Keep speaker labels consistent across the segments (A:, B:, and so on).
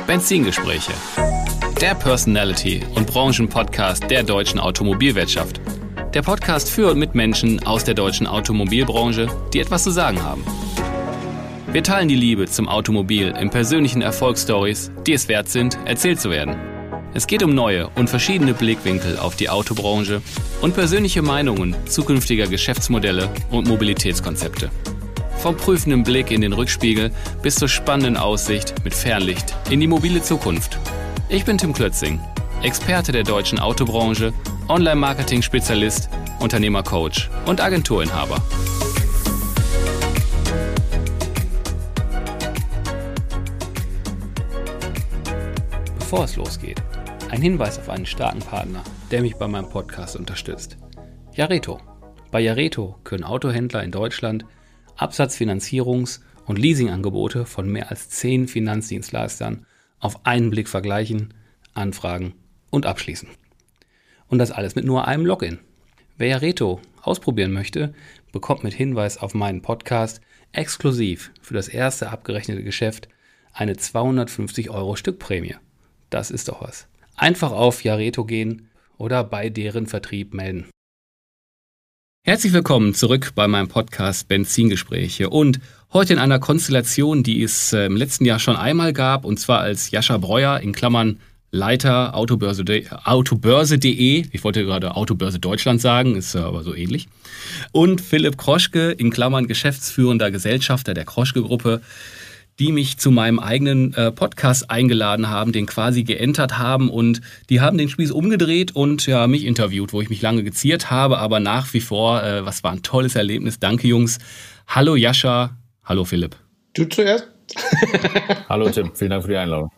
A: Benzingespräche. Der Personality- und Branchenpodcast der deutschen Automobilwirtschaft. Der Podcast für und mit Menschen aus der deutschen Automobilbranche, die etwas zu sagen haben. Wir teilen die Liebe zum Automobil in persönlichen Erfolgsstories, die es wert sind, erzählt zu werden. Es geht um neue und verschiedene Blickwinkel auf die Autobranche und persönliche Meinungen zukünftiger Geschäftsmodelle und Mobilitätskonzepte. Vom prüfenden Blick in den Rückspiegel bis zur spannenden Aussicht mit Fernlicht in die mobile Zukunft. Ich bin Tim Klötzing, Experte der deutschen Autobranche, Online-Marketing-Spezialist, Unternehmercoach und Agenturinhaber. Bevor es losgeht, ein Hinweis auf einen starken Partner, der mich bei meinem Podcast unterstützt. Jareto. Bei Jareto können Autohändler in Deutschland Absatzfinanzierungs- und Leasingangebote von mehr als 10 Finanzdienstleistern auf einen Blick vergleichen, anfragen und abschließen. Und das alles mit nur einem Login. Wer Jareto ausprobieren möchte, bekommt mit Hinweis auf meinen Podcast exklusiv für das erste abgerechnete Geschäft eine 250 € Stückprämie. Das ist doch was. Einfach auf Jareto gehen oder bei deren Vertrieb melden. Herzlich willkommen zurück bei meinem Podcast Benzingespräche und heute in einer Konstellation, die es im letzten Jahr schon einmal gab, und zwar als Jascha Breuer in Klammern Leiter Autobörse.de, ich wollte gerade Autobörse Deutschland sagen, ist aber so ähnlich, und Philipp Kroschke in Klammern geschäftsführender Gesellschafter der Kroschke-Gruppe, die mich zu meinem eigenen Podcast eingeladen haben, den quasi geentert haben, und die haben den Spieß umgedreht und ja, mich interviewt, wo ich mich lange geziert habe, aber nach wie vor, was war ein tolles Erlebnis. Danke, Jungs. Hallo Jascha, hallo Philipp.
B: Du zuerst?
C: Hallo Tim, vielen Dank für die Einladung.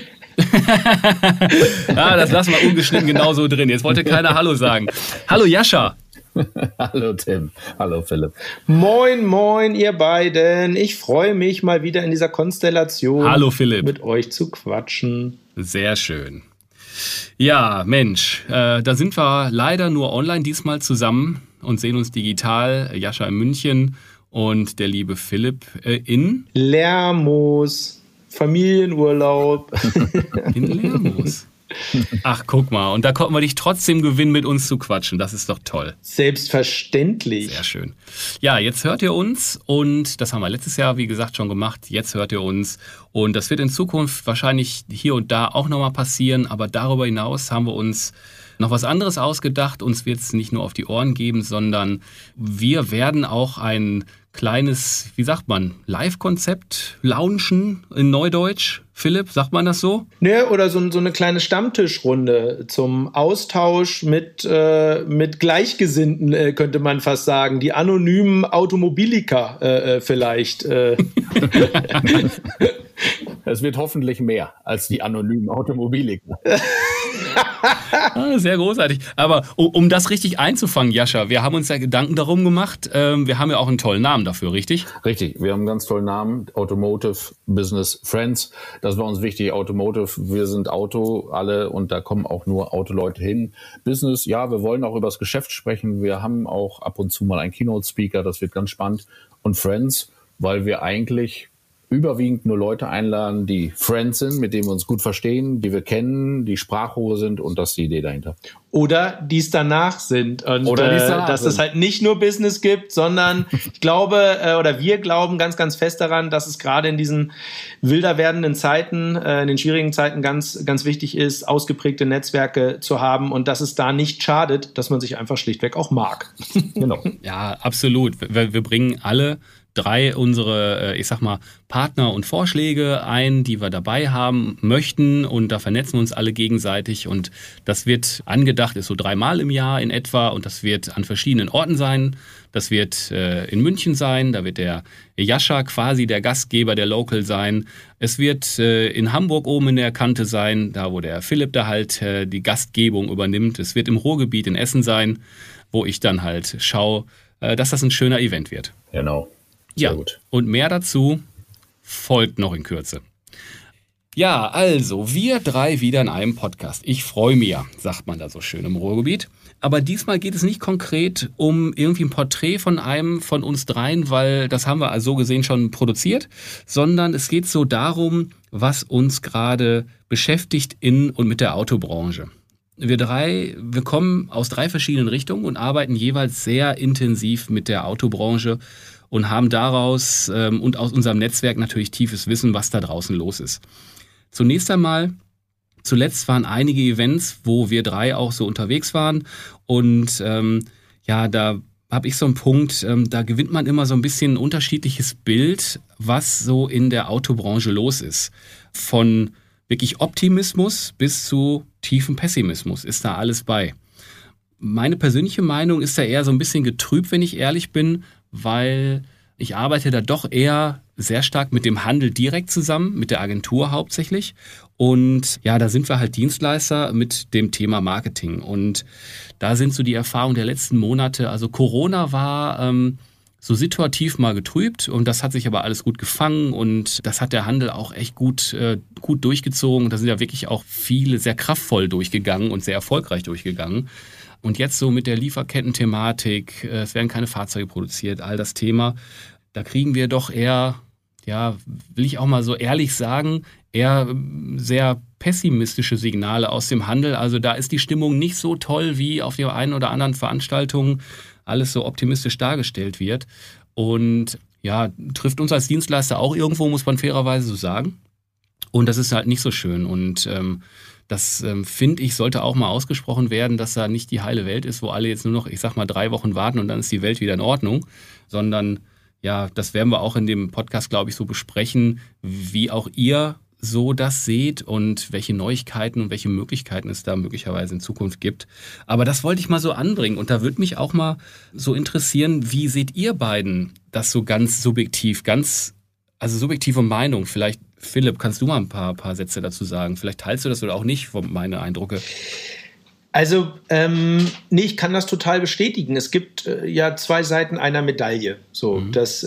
A: Ja, das lassen wir ungeschnitten genauso drin. Jetzt wollte keiner Hallo sagen. Hallo Jascha.
C: Hallo Tim, hallo Philipp.
B: Moin, moin ihr beiden. Ich freue mich mal wieder in dieser Konstellation
A: Hallo Philipp.
B: mit euch zu quatschen.
A: Sehr schön. Ja, Mensch, da sind wir leider nur online diesmal zusammen und sehen uns digital. Jascha in München und der liebe Philipp in
B: Lermoos, Familienurlaub.
A: In Lermoos. Ach, guck mal. Und da konnten wir dich trotzdem gewinnen, mit uns zu quatschen. Das ist doch toll.
B: Selbstverständlich.
A: Sehr schön. Ja, jetzt hört ihr uns und das haben wir letztes Jahr, wie gesagt, schon gemacht. Jetzt hört ihr uns und das wird in Zukunft wahrscheinlich hier und da auch nochmal passieren. Aber darüber hinaus haben wir uns noch was anderes ausgedacht. Uns wird es nicht nur auf die Ohren geben, sondern wir werden auch ein kleines, wie sagt man, Live-Konzept launchen in Neudeutsch. Philipp, sagt man das so?
B: Ne, oder so eine kleine Stammtischrunde zum Austausch mit Gleichgesinnten, könnte man fast sagen. Die anonymen Automobiliker vielleicht.
C: Es wird hoffentlich mehr als die anonymen Automobiliker.
A: Sehr großartig. Aber um das richtig einzufangen, Jascha, wir haben uns ja Gedanken darum gemacht. Wir haben ja auch einen tollen Namen dafür, richtig?
C: Richtig, wir haben einen ganz tollen Namen, Automotive Business Friends. Das war uns wichtig, Automotive, wir sind Auto alle und da kommen auch nur Autoleute hin. Business, ja, wir wollen auch über das Geschäft sprechen. Wir haben auch ab und zu mal einen Keynote-Speaker, das wird ganz spannend. Und Friends, weil wir eigentlich überwiegend nur Leute einladen, die Friends sind, mit denen wir uns gut verstehen, die wir kennen, die Sprachrohre sind, und das ist die Idee dahinter.
B: Oder die es danach sind. Und dass es halt nicht nur Business gibt, sondern ich glaube, oder wir glauben ganz, ganz fest daran, dass es gerade in diesen wilder werdenden Zeiten, in den schwierigen Zeiten ganz, ganz wichtig ist, ausgeprägte Netzwerke zu haben und dass es da nicht schadet, dass man sich einfach schlichtweg auch mag.
C: Genau.
A: Ja, absolut. Wir bringen alle 3 unsere, ich sag mal, Partner und Vorschläge ein, die wir dabei haben möchten, und da vernetzen wir uns alle gegenseitig, und das wird angedacht, ist so 3-mal im Jahr in etwa, und das wird an verschiedenen Orten sein. Das wird in München sein, da wird der Jascha quasi der Gastgeber, der Local sein. Es wird in Hamburg oben in der Kante sein, da wo der Philipp da halt die Gastgebung übernimmt. Es wird im Ruhrgebiet in Essen sein, wo ich dann halt schaue, dass das ein schöner Event wird.
C: Genau. Sehr
A: ja,
C: gut.
A: Und mehr dazu folgt noch in Kürze. Ja, also, wir 3 wieder in einem Podcast. Ich freue mich ja, sagt man da so schön im Ruhrgebiet. Aber diesmal geht es nicht konkret um irgendwie ein Porträt von einem von uns dreien, weil das haben wir also so gesehen schon produziert, sondern es geht so darum, was uns gerade beschäftigt in und mit der Autobranche. Wir kommen aus 3 verschiedenen Richtungen und arbeiten jeweils sehr intensiv mit der Autobranche und haben daraus und aus unserem Netzwerk natürlich tiefes Wissen, was da draußen los ist. Zuletzt waren einige Events, wo wir 3 auch so unterwegs waren und da habe ich so einen Punkt, da gewinnt man immer so ein bisschen ein unterschiedliches Bild, was so in der Autobranche los ist. Von wirklich Optimismus bis zu tiefem Pessimismus ist da alles bei. Meine persönliche Meinung ist da eher so ein bisschen getrübt, wenn ich ehrlich bin, weil ich arbeite da doch eher sehr stark mit dem Handel direkt zusammen, mit der Agentur hauptsächlich. Und ja, da sind wir halt Dienstleister mit dem Thema Marketing. Und da sind so die Erfahrungen der letzten Monate, also Corona war so situativ mal getrübt und das hat sich aber alles gut gefangen und das hat der Handel auch echt gut durchgezogen. Und da sind ja wirklich auch viele sehr kraftvoll durchgegangen und sehr erfolgreich durchgegangen. Und jetzt so mit der Lieferketten-Thematik, es werden keine Fahrzeuge produziert, all das Thema, da kriegen wir doch eher, ja, will ich auch mal so ehrlich sagen, eher sehr pessimistische Signale aus dem Handel. Also da ist die Stimmung nicht so toll, wie auf der einen oder anderen Veranstaltung alles so optimistisch dargestellt wird. Und ja, trifft uns als Dienstleister auch irgendwo, muss man fairerweise so sagen. Und das ist halt nicht so schön. Und das finde ich, sollte auch mal ausgesprochen werden, dass da nicht die heile Welt ist, wo alle jetzt nur noch, 3 Wochen warten und dann ist die Welt wieder in Ordnung, sondern ja, das werden wir auch in dem Podcast, glaube ich, so besprechen, wie auch ihr so das seht und welche Neuigkeiten und welche Möglichkeiten es da möglicherweise in Zukunft gibt. Aber das wollte ich mal so anbringen und da würde mich auch mal so interessieren, wie seht ihr beiden das so ganz subjektiv, also subjektive Meinung? Vielleicht, Philipp, kannst du mal ein paar Sätze dazu sagen? Vielleicht teilst du das oder auch nicht, von meine Eindrücke.
B: Also, ich kann das total bestätigen. Es gibt ja 2 Seiten einer Medaille. So, das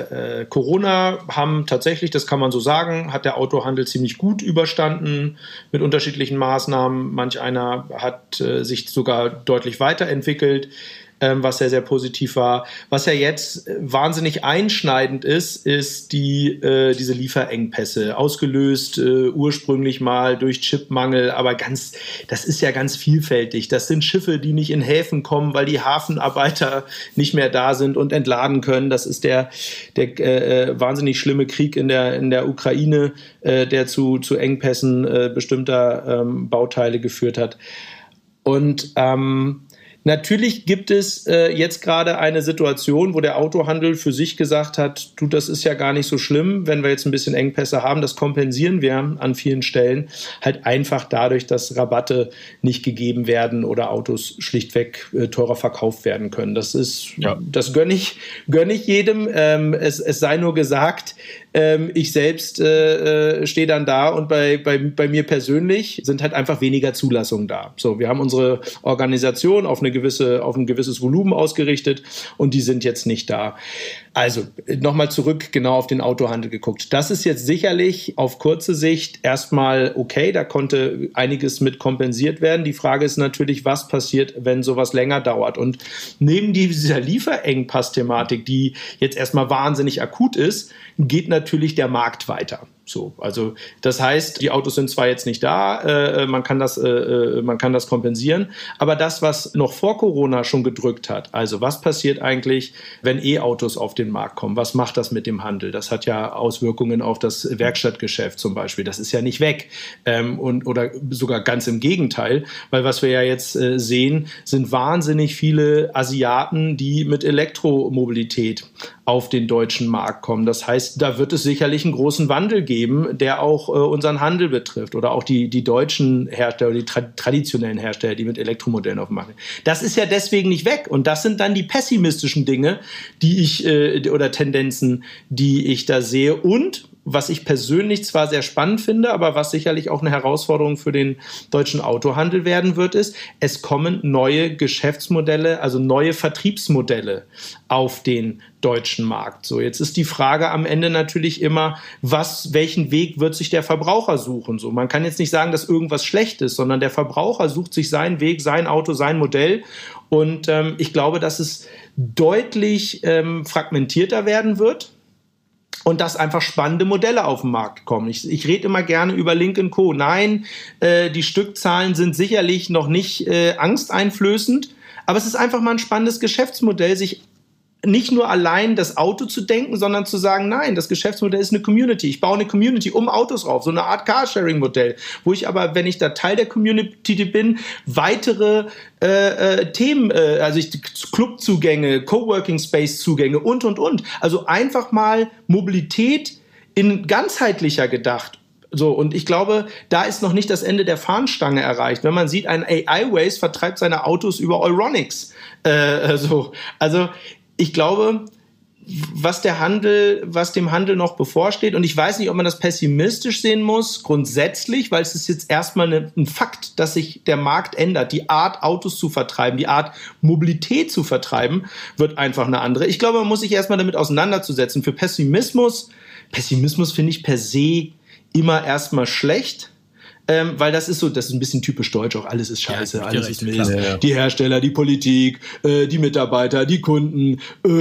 B: Corona haben tatsächlich, das kann man so sagen, hat der Autohandel ziemlich gut überstanden mit unterschiedlichen Maßnahmen. Manch einer hat sich sogar deutlich weiterentwickelt, was sehr, sehr positiv war. Was ja jetzt wahnsinnig einschneidend ist diese Lieferengpässe, ausgelöst ursprünglich mal durch Chipmangel, aber das ist ja ganz vielfältig. Das sind Schiffe, die nicht in Häfen kommen, weil die Hafenarbeiter nicht mehr da sind und entladen können. Das ist der wahnsinnig schlimme Krieg in der Ukraine, der zu Engpässen bestimmter Bauteile geführt hat. Und natürlich gibt es jetzt gerade eine Situation, wo der Autohandel für sich gesagt hat, das ist ja gar nicht so schlimm, wenn wir jetzt ein bisschen Engpässe haben, das kompensieren wir an vielen Stellen, halt einfach dadurch, dass Rabatte nicht gegeben werden oder Autos schlichtweg teurer verkauft werden können. Das gönne ich jedem. Es sei nur gesagt, ich selbst stehe dann da und bei mir persönlich sind halt einfach weniger Zulassungen da. So, wir haben unsere Organisation auf ein gewisses Volumen ausgerichtet und die sind jetzt nicht da. Also nochmal zurück genau auf den Autohandel geguckt. Das ist jetzt sicherlich auf kurze Sicht erstmal okay, da konnte einiges mit kompensiert werden. Die Frage ist natürlich, was passiert, wenn sowas länger dauert? Und neben dieser Lieferengpass-Thematik, die jetzt erstmal wahnsinnig akut ist, geht natürlich der Markt weiter. So, also das heißt, die Autos sind zwar jetzt nicht da, man kann das kompensieren, aber das, was noch vor Corona schon gedrückt hat, also was passiert eigentlich, wenn E-Autos auf den Markt kommen, was macht das mit dem Handel? Das hat ja Auswirkungen auf das Werkstattgeschäft zum Beispiel, das ist ja nicht weg oder sogar ganz im Gegenteil, weil was wir ja jetzt sehen, sind wahnsinnig viele Asiaten, die mit Elektromobilität auf den deutschen Markt kommen. Das heißt, da wird es sicherlich einen großen Wandel geben, der auch unseren Handel betrifft oder auch die deutschen Hersteller, die traditionellen Hersteller, die mit Elektromodellen auf dem Markt sind. Das ist ja deswegen nicht weg und das sind dann die pessimistischen Dinge, oder Tendenzen, die ich da sehe und was ich persönlich zwar sehr spannend finde, aber was sicherlich auch eine Herausforderung für den deutschen Autohandel werden wird, ist, es kommen neue Geschäftsmodelle, also neue Vertriebsmodelle auf den deutschen Markt. So, jetzt ist die Frage am Ende natürlich immer, welchen Weg wird sich der Verbraucher suchen? So, man kann jetzt nicht sagen, dass irgendwas schlecht ist, sondern der Verbraucher sucht sich seinen Weg, sein Auto, sein Modell. Und ich glaube, dass es deutlich fragmentierter werden wird. und dass einfach spannende Modelle auf den Markt kommen. Ich rede immer gerne über Lynk & Co. Nein, die Stückzahlen sind sicherlich noch nicht angsteinflößend, aber es ist einfach mal ein spannendes Geschäftsmodell, sich nicht nur allein das Auto zu denken, sondern zu sagen, nein, das Geschäftsmodell ist eine Community. Ich baue eine Community um Autos rauf, so eine Art Carsharing-Modell, wo ich aber, wenn ich da Teil der Community bin, weitere Themen, also Clubzugänge, Coworking-Space-Zugänge und. Also einfach mal Mobilität in ganzheitlicher gedacht. So, und ich glaube, da ist noch nicht das Ende der Fahnenstange erreicht. Wenn man sieht, ein AI-Waze vertreibt seine Autos über Euronics. Also ich glaube, was dem Handel noch bevorsteht, und ich weiß nicht, ob man das pessimistisch sehen muss, grundsätzlich, weil es ist jetzt erstmal ein Fakt, dass sich der Markt ändert. Die Art, Autos zu vertreiben, die Art, Mobilität zu vertreiben, wird einfach eine andere. Ich glaube, man muss sich erstmal damit auseinanderzusetzen. Für Pessimismus finde ich per se immer erstmal schlecht. Weil das ist ein bisschen typisch deutsch, auch alles ist scheiße, ja, alles ist Mist. Ja. Die Hersteller, die Politik, die Mitarbeiter, die Kunden,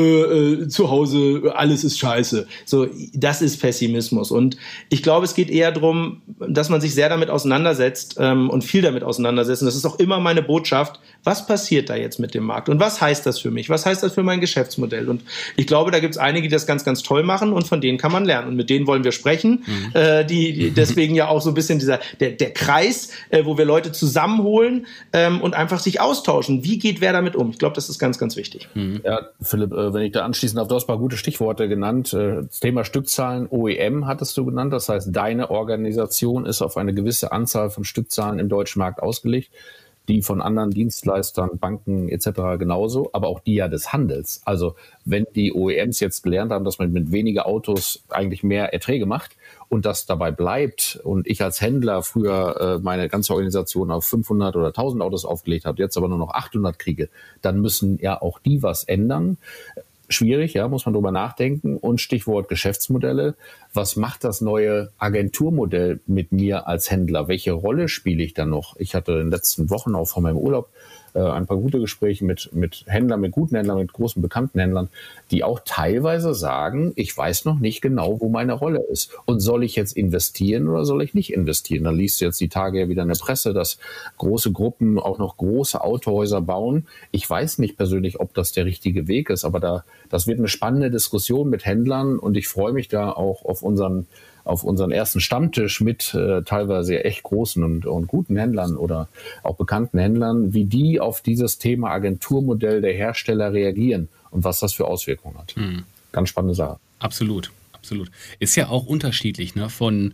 B: zu Hause, alles ist scheiße. So, das ist Pessimismus. Und ich glaube, es geht eher darum, dass man sich sehr damit auseinandersetzt und viel damit auseinandersetzt. Und das ist auch immer meine Botschaft. Was passiert da jetzt mit dem Markt? Und was heißt das für mich? Was heißt das für mein Geschäftsmodell? Und ich glaube, da gibt es einige, die das ganz, ganz toll machen und von denen kann man lernen. Und mit denen wollen wir sprechen. Die deswegen ja auch so ein bisschen der Kreis, wo wir Leute zusammenholen und einfach sich austauschen. Wie geht wer damit um? Ich glaube, das ist ganz, ganz wichtig.
C: Ja, Philipp, wenn ich da anschließen darf, du hast ein paar gute Stichworte genannt. Das Thema Stückzahlen, OEM hattest du genannt. Das heißt, deine Organisation ist auf eine gewisse Anzahl von Stückzahlen im deutschen Markt ausgelegt. Die von anderen Dienstleistern, Banken etc. genauso, aber auch die ja des Handels. Also wenn die OEMs jetzt gelernt haben, dass man mit weniger Autos eigentlich mehr Erträge macht und das dabei bleibt und ich als Händler früher meine ganze Organisation auf 500 oder 1000 Autos aufgelegt habe, jetzt aber nur noch 800 kriege, dann müssen ja auch die was ändern. Schwierig, ja, muss man drüber nachdenken. Und Stichwort Geschäftsmodelle. Was macht das neue Agenturmodell mit mir als Händler? Welche Rolle spiele ich da noch? Ich hatte in den letzten Wochen auch vor meinem Urlaub ein paar gute Gespräche mit Händlern, mit guten Händlern, mit großen bekannten Händlern, die auch teilweise sagen, ich weiß noch nicht genau, wo meine Rolle ist. Und soll ich jetzt investieren oder soll ich nicht investieren? Da liest du jetzt die Tage ja wieder in der Presse, dass große Gruppen auch noch große Autohäuser bauen. Ich weiß nicht persönlich, ob das der richtige Weg ist, aber das wird eine spannende Diskussion mit Händlern und ich freue mich da auch auf unseren ersten Stammtisch mit teilweise echt großen und guten Händlern oder auch bekannten Händlern, wie die auf dieses Thema Agenturmodell der Hersteller reagieren und was das für Auswirkungen hat. Ganz spannende Sache.
A: Absolut. Ist ja auch unterschiedlich, ne? Von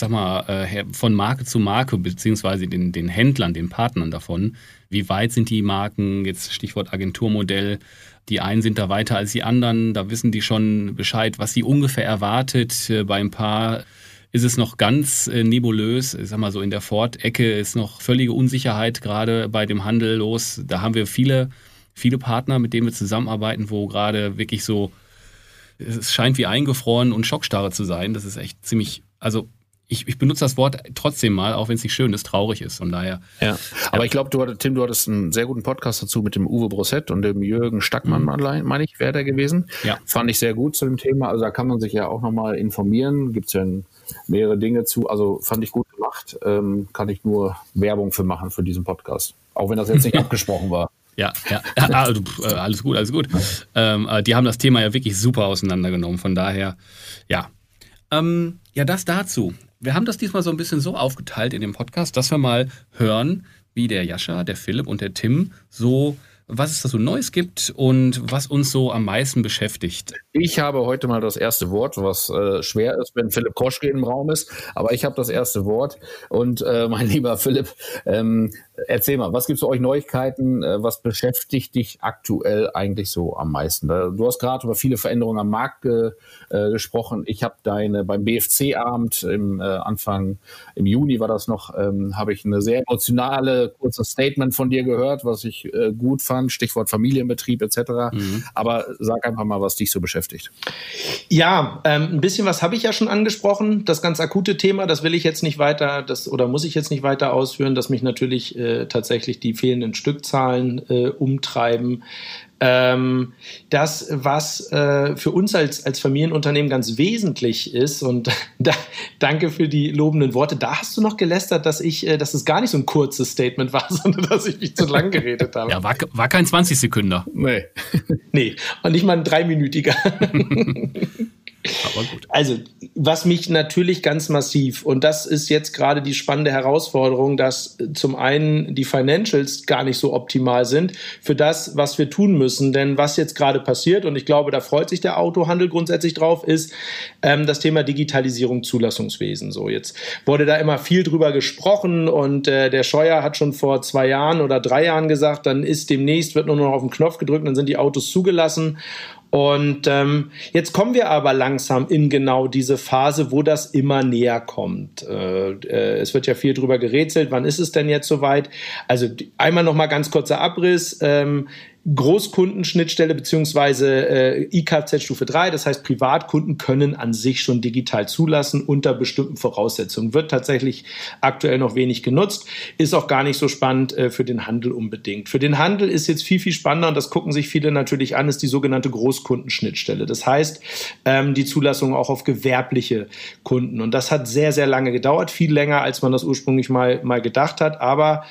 A: Marke zu Marke, beziehungsweise den Händlern, den Partnern davon. Wie weit sind die Marken, jetzt Stichwort Agenturmodell, die einen sind da weiter als die anderen, da wissen die schon Bescheid, was sie ungefähr erwartet. Bei ein paar ist es noch ganz nebulös. Ich sag mal so, in der Ford-Ecke ist noch völlige Unsicherheit gerade bei dem Handel los. Da haben wir viele Partner, mit denen wir zusammenarbeiten, wo gerade wirklich so, es scheint wie eingefroren und Schockstarre zu sein. Das ist echt ziemlich, also ich benutze das Wort trotzdem mal, auch wenn es nicht schön ist, traurig ist. Von daher.
C: Ja, aber ich glaube, Tim, du hattest einen sehr guten Podcast dazu mit dem Uwe Brossett und dem Jürgen Stackmann, meine ich, wäre der gewesen. Ja. Fand ich sehr gut zu dem Thema. Also da kann man sich ja auch nochmal informieren. Gibt es ja mehrere Dinge zu. Also fand ich gut gemacht. Kann ich nur Werbung für machen für diesen Podcast. Auch wenn das jetzt nicht abgesprochen war.
A: Ja, alles gut. Die haben das Thema ja wirklich super auseinandergenommen. Von daher, ja. Das dazu. Wir haben das diesmal so ein bisschen so aufgeteilt in dem Podcast, dass wir mal hören, wie der Jascha, der Philipp und der Tim so, was es da so Neues gibt und was uns so am meisten beschäftigt.
C: Ich habe heute mal das erste Wort, was schwer ist, wenn Philipp Koschke im Raum ist, aber ich habe das erste Wort und mein lieber Philipp, erzähl mal, was gibt es für euch Neuigkeiten, was beschäftigt dich aktuell eigentlich so am meisten? Du hast gerade über viele Veränderungen am Markt gesprochen. Ich habe beim BFC-Abend Anfang im Juni war das noch, habe ich eine sehr emotionale, kurzes Statement von dir gehört, was ich gut fand, Stichwort Familienbetrieb etc. Aber sag einfach mal, was dich so beschäftigt.
B: Ja, ein bisschen was habe ich ja schon angesprochen. Das ganz akute Thema, das will ich jetzt nicht weiter, muss ich jetzt nicht weiter ausführen, dass mich natürlich tatsächlich die fehlenden Stückzahlen umtreiben. Das, was für uns als Familienunternehmen ganz wesentlich ist, und danke für die lobenden Worte, da hast du noch gelästert, dass es gar nicht so ein kurzes Statement war, sondern dass ich mich zu lang geredet habe.
A: Ja, war kein 20-Sekünder.
B: Nee, und nicht mal ein 3-minütiger.
A: Aber gut.
B: Also, was mich natürlich ganz massiv, und das ist jetzt gerade die spannende Herausforderung, dass zum einen die Financials gar nicht so optimal sind für das, was wir tun müssen. Denn was jetzt gerade passiert, und ich glaube, da freut sich der Autohandel grundsätzlich drauf, ist das Thema Digitalisierung, Zulassungswesen. So, jetzt wurde da immer viel drüber gesprochen, und der Scheuer hat schon vor 2 Jahren oder 3 Jahren gesagt, dann wird nur noch auf den Knopf gedrückt, dann sind die Autos zugelassen. Und jetzt kommen wir aber langsam in genau diese Phase, wo das immer näher kommt. Es wird ja viel drüber gerätselt, wann ist es denn jetzt soweit? Also einmal noch mal ganz kurzer Abriss. Großkundenschnittstelle beziehungsweise IKZ Stufe 3, das heißt Privatkunden können an sich schon digital zulassen unter bestimmten Voraussetzungen. Wird tatsächlich aktuell noch wenig genutzt, ist auch gar nicht so spannend für den Handel unbedingt. Für den Handel ist jetzt viel, viel spannender, und das gucken sich viele natürlich an, ist die sogenannte Großkundenschnittstelle. Das heißt, die Zulassung auch auf gewerbliche Kunden. Und das hat sehr, sehr lange gedauert, viel länger, als man das ursprünglich mal gedacht hat. Aber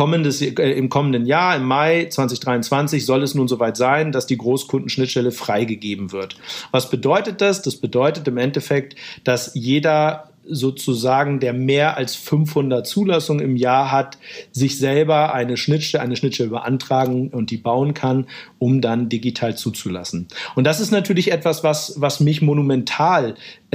B: im kommenden Jahr, im Mai 2023, soll es nun soweit sein, dass die Großkundenschnittstelle freigegeben wird. Was bedeutet das? Das bedeutet im Endeffekt, dass jeder sozusagen, der mehr als 500 Zulassungen im Jahr hat, sich selber eine Schnittstelle beantragen und die bauen kann, um dann digital zuzulassen. Und das ist natürlich etwas, was mich monumental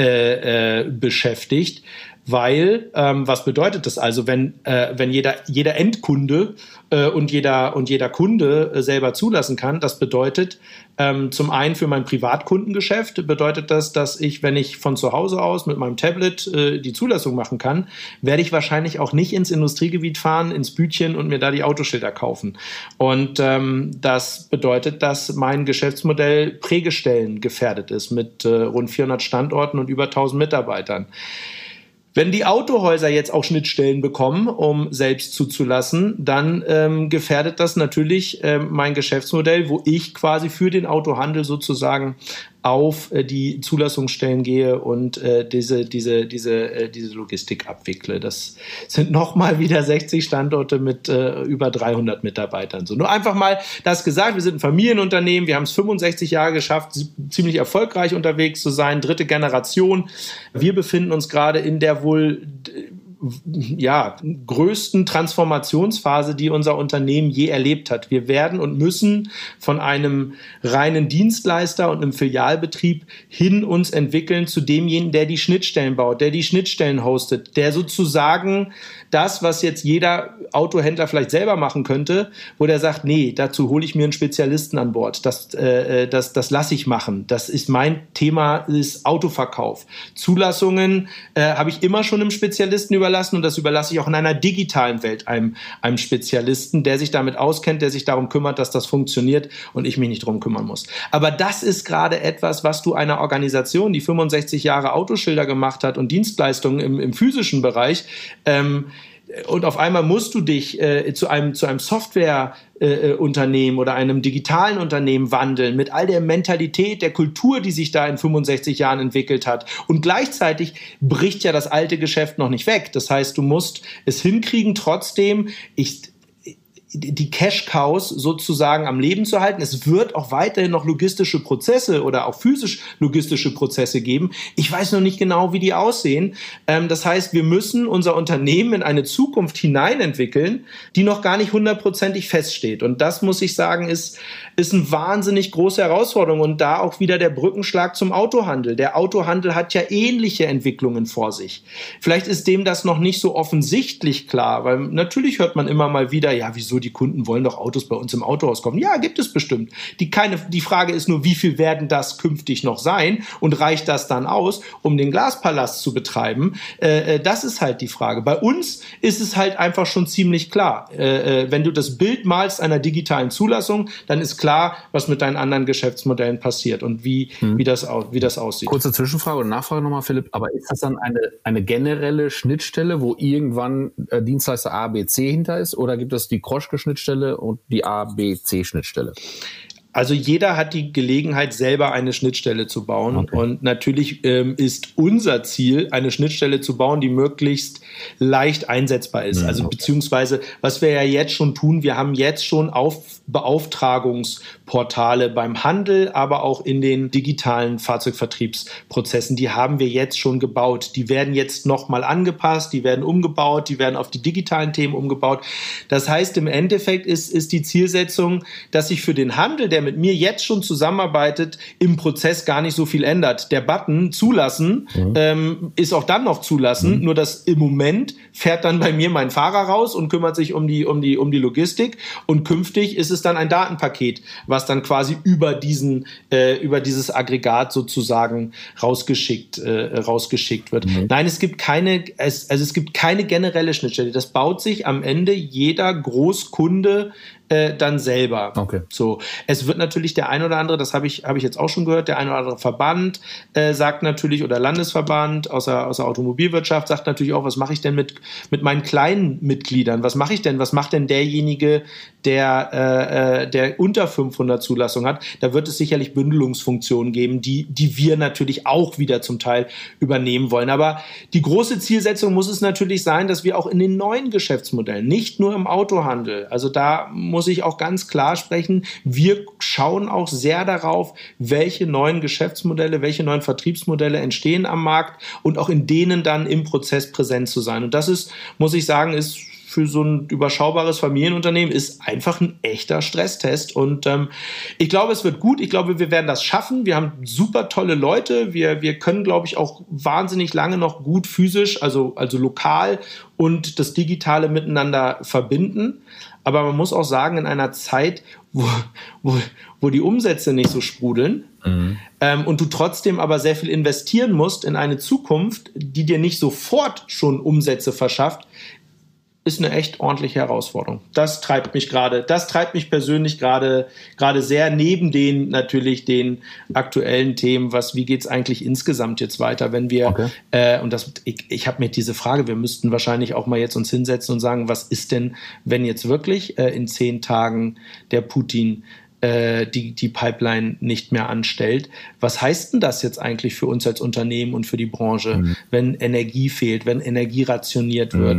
B: beschäftigt. Weil, was bedeutet das also, wenn jeder Endkunde und jeder Kunde selber zulassen kann? Das bedeutet zum einen für mein Privatkundengeschäft bedeutet das, dass ich, wenn ich von zu Hause aus mit meinem Tablet die Zulassung machen kann, werde ich wahrscheinlich auch nicht ins Industriegebiet fahren, ins Bütchen und mir da die Autoschilder kaufen. Und das bedeutet, dass mein Geschäftsmodell Prägestellen gefährdet ist mit rund 400 Standorten und über 1000 Mitarbeitern. Wenn die Autohäuser jetzt auch Schnittstellen bekommen, um selbst zuzulassen, dann gefährdet das natürlich mein Geschäftsmodell, wo ich quasi für den Autohandel sozusagen auf die Zulassungsstellen gehe und diese Logistik abwickle. Das sind nochmal wieder 60 Standorte mit über 300 Mitarbeitern. So, nur einfach mal das gesagt, wir sind ein Familienunternehmen, wir haben es 65 Jahre geschafft, ziemlich erfolgreich unterwegs zu sein, 3. Generation. Wir befinden uns gerade in der wohl größten Transformationsphase, die unser Unternehmen je erlebt hat. Wir werden und müssen von einem reinen Dienstleister und einem Filialbetrieb hin uns entwickeln zu demjenigen, der die Schnittstellen baut, der die Schnittstellen hostet, der sozusagen das, was jetzt jeder Autohändler vielleicht selber machen könnte, wo der sagt, nee, dazu hole ich mir einen Spezialisten an Bord. Das lasse ich machen. Das ist mein Thema, ist Autoverkauf. Zulassungen habe ich immer schon einem Spezialisten überlassen, und das überlasse ich auch in einer digitalen Welt einem Spezialisten, der sich damit auskennt, der sich darum kümmert, dass das funktioniert und ich mich nicht drum kümmern muss. Aber das ist gerade etwas, was du einer Organisation, die 65 Jahre Autoschilder gemacht hat und Dienstleistungen im physischen Bereich, und auf einmal musst du dich zu einem Softwareunternehmen oder einem digitalen Unternehmen wandeln, mit all der Mentalität, der Kultur, die sich da in 65 Jahren entwickelt hat. Und gleichzeitig bricht ja das alte Geschäft noch nicht weg. Das heißt, du musst es hinkriegen, trotzdem die Cash-Cows sozusagen am Leben zu halten. Es wird auch weiterhin noch logistische Prozesse oder auch physisch logistische Prozesse geben. Ich weiß noch nicht genau, wie die aussehen. Das heißt, wir müssen unser Unternehmen in eine Zukunft hineinentwickeln, die noch gar nicht 100%ig feststeht. Und das, muss ich sagen, ist eine wahnsinnig große Herausforderung. Und da auch wieder der Brückenschlag zum Autohandel. Der Autohandel hat ja ähnliche Entwicklungen vor sich. Vielleicht ist dem das noch nicht so offensichtlich klar, weil natürlich hört man immer mal wieder, ja, wieso, die Kunden wollen doch Autos bei uns im Autohaus kaufen. Ja, gibt es bestimmt. Die Frage ist nur, wie viel werden das künftig noch sein und reicht das dann aus, um den Glaspalast zu betreiben? Das ist halt die Frage. Bei uns ist es halt einfach schon ziemlich klar. Wenn du das Bild malst einer digitalen Zulassung, dann ist klar, was mit deinen anderen Geschäftsmodellen passiert und wie das aussieht.
C: Kurze Zwischenfrage und Nachfrage nochmal, Philipp. Aber ist das dann eine generelle Schnittstelle, wo irgendwann Dienstleister A, B, C hinter ist? Oder gibt es die Kroschke-Schnittstelle und die A-B-C-Schnittstelle?
B: Also jeder hat die Gelegenheit, selber eine Schnittstelle zu bauen. Okay. Und natürlich ist unser Ziel, eine Schnittstelle zu bauen, die möglichst leicht einsetzbar ist. Also beziehungsweise, was wir ja jetzt schon tun, wir haben jetzt schon Beauftragungsportale beim Handel, aber auch in den digitalen Fahrzeugvertriebsprozessen. Die haben wir jetzt schon gebaut. Die werden jetzt nochmal angepasst, die werden umgebaut, die werden auf die digitalen Themen umgebaut. Das heißt, im Endeffekt ist die Zielsetzung, dass sich für den Handel, der mit mir jetzt schon zusammenarbeitet, im Prozess gar nicht so viel ändert. Der Button zulassen ist auch dann noch zulassen, nur dass im Moment fährt dann bei mir mein Fahrer raus und kümmert sich um die Logistik und künftig ist es dann ein Datenpaket, was dann quasi über dieses Aggregat sozusagen rausgeschickt wird. Nein, es gibt keine generelle Schnittstelle. Das baut sich am Ende jeder Großkunde dann selber. Okay. So, es wird natürlich der ein oder andere, das habe ich jetzt auch schon gehört, der ein oder andere Verband sagt natürlich, oder Landesverband aus der Automobilwirtschaft sagt natürlich auch, was mache ich denn mit meinen kleinen Mitgliedern? Was mache ich denn? Was macht denn derjenige, der unter 500 Zulassung hat? Da wird es sicherlich Bündelungsfunktionen geben, die wir natürlich auch wieder zum Teil übernehmen wollen. Aber die große Zielsetzung muss es natürlich sein, dass wir auch in den neuen Geschäftsmodellen, nicht nur im Autohandel, also da muss ich auch ganz klar sprechen, wir schauen auch sehr darauf, welche neuen Geschäftsmodelle, welche neuen Vertriebsmodelle entstehen am Markt und auch in denen dann im Prozess präsent zu sein. Und das ist, muss ich sagen, ist für so ein überschaubares Familienunternehmen ist einfach ein echter Stresstest. Und ich glaube, es wird gut. Ich glaube, wir werden das schaffen. Wir haben super tolle Leute. Wir können, glaube ich, auch wahnsinnig lange noch gut physisch, also lokal und das Digitale miteinander verbinden. Aber man muss auch sagen, in einer Zeit, wo die Umsätze nicht so sprudeln und du trotzdem aber sehr viel investieren musst in eine Zukunft, die dir nicht sofort schon Umsätze verschafft, ist eine echt ordentliche Herausforderung. Das treibt mich persönlich gerade sehr, neben den aktuellen Themen, wie geht's eigentlich insgesamt jetzt weiter, wenn wir, ich habe mir diese Frage, wir müssten wahrscheinlich auch mal jetzt uns hinsetzen und sagen, was ist denn, wenn jetzt wirklich in 10 Tagen der Putin die Pipeline nicht mehr anstellt. Was heißt denn das jetzt eigentlich für uns als Unternehmen und für die Branche, wenn Energie fehlt, wenn Energie rationiert wird?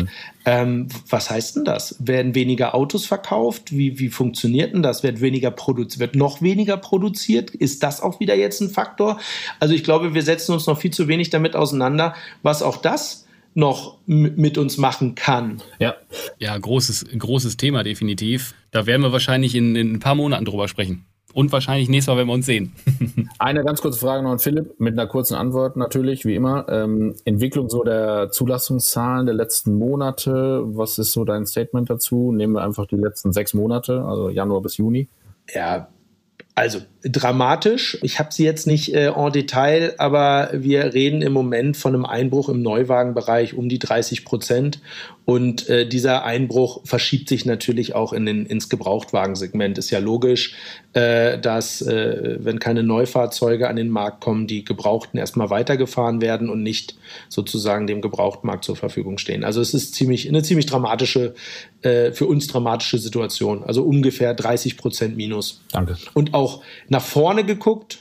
B: Was heißt denn das? Werden weniger Autos verkauft? Wie funktioniert denn das? Wird noch weniger produziert? Ist das auch wieder jetzt ein Faktor? Also ich glaube, wir setzen uns noch viel zu wenig damit auseinander, was auch das noch mit uns machen kann.
A: Ja, großes Thema definitiv. Da werden wir wahrscheinlich in ein paar Monaten drüber sprechen. Und wahrscheinlich nächstes Mal, wenn wir uns sehen.
C: Eine ganz kurze Frage noch an Philipp, mit einer kurzen Antwort natürlich, wie immer. Entwicklung so der Zulassungszahlen der letzten Monate. Was ist so dein Statement dazu? Nehmen wir einfach die letzten 6 Monate, also Januar bis Juni.
B: Ja, also dramatisch. Ich habe sie jetzt nicht en Detail, aber wir reden im Moment von einem Einbruch im Neuwagenbereich um die 30%. Und dieser Einbruch verschiebt sich natürlich auch ins Gebrauchtwagensegment. Ist ja logisch, dass wenn keine Neufahrzeuge an den Markt kommen, die Gebrauchten erstmal weitergefahren werden und nicht sozusagen dem Gebrauchtmarkt zur Verfügung stehen. Also es ist eine ziemlich dramatische, für uns dramatische Situation. Also ungefähr 30% Minus.
C: Danke.
B: Und auch nach vorne geguckt,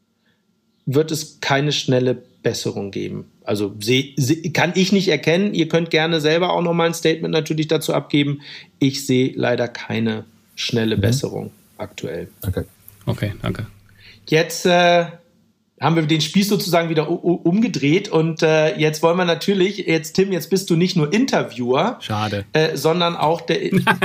B: wird es keine schnelle Besserung geben. Also kann ich nicht erkennen. Ihr könnt gerne selber auch nochmal ein Statement natürlich dazu abgeben. Ich sehe leider keine schnelle Besserung aktuell.
A: Okay, danke.
B: Jetzt haben wir den Spieß sozusagen wieder umgedreht und jetzt wollen wir natürlich, Tim, jetzt bist du nicht nur Interviewer,
A: schade,
B: sondern auch der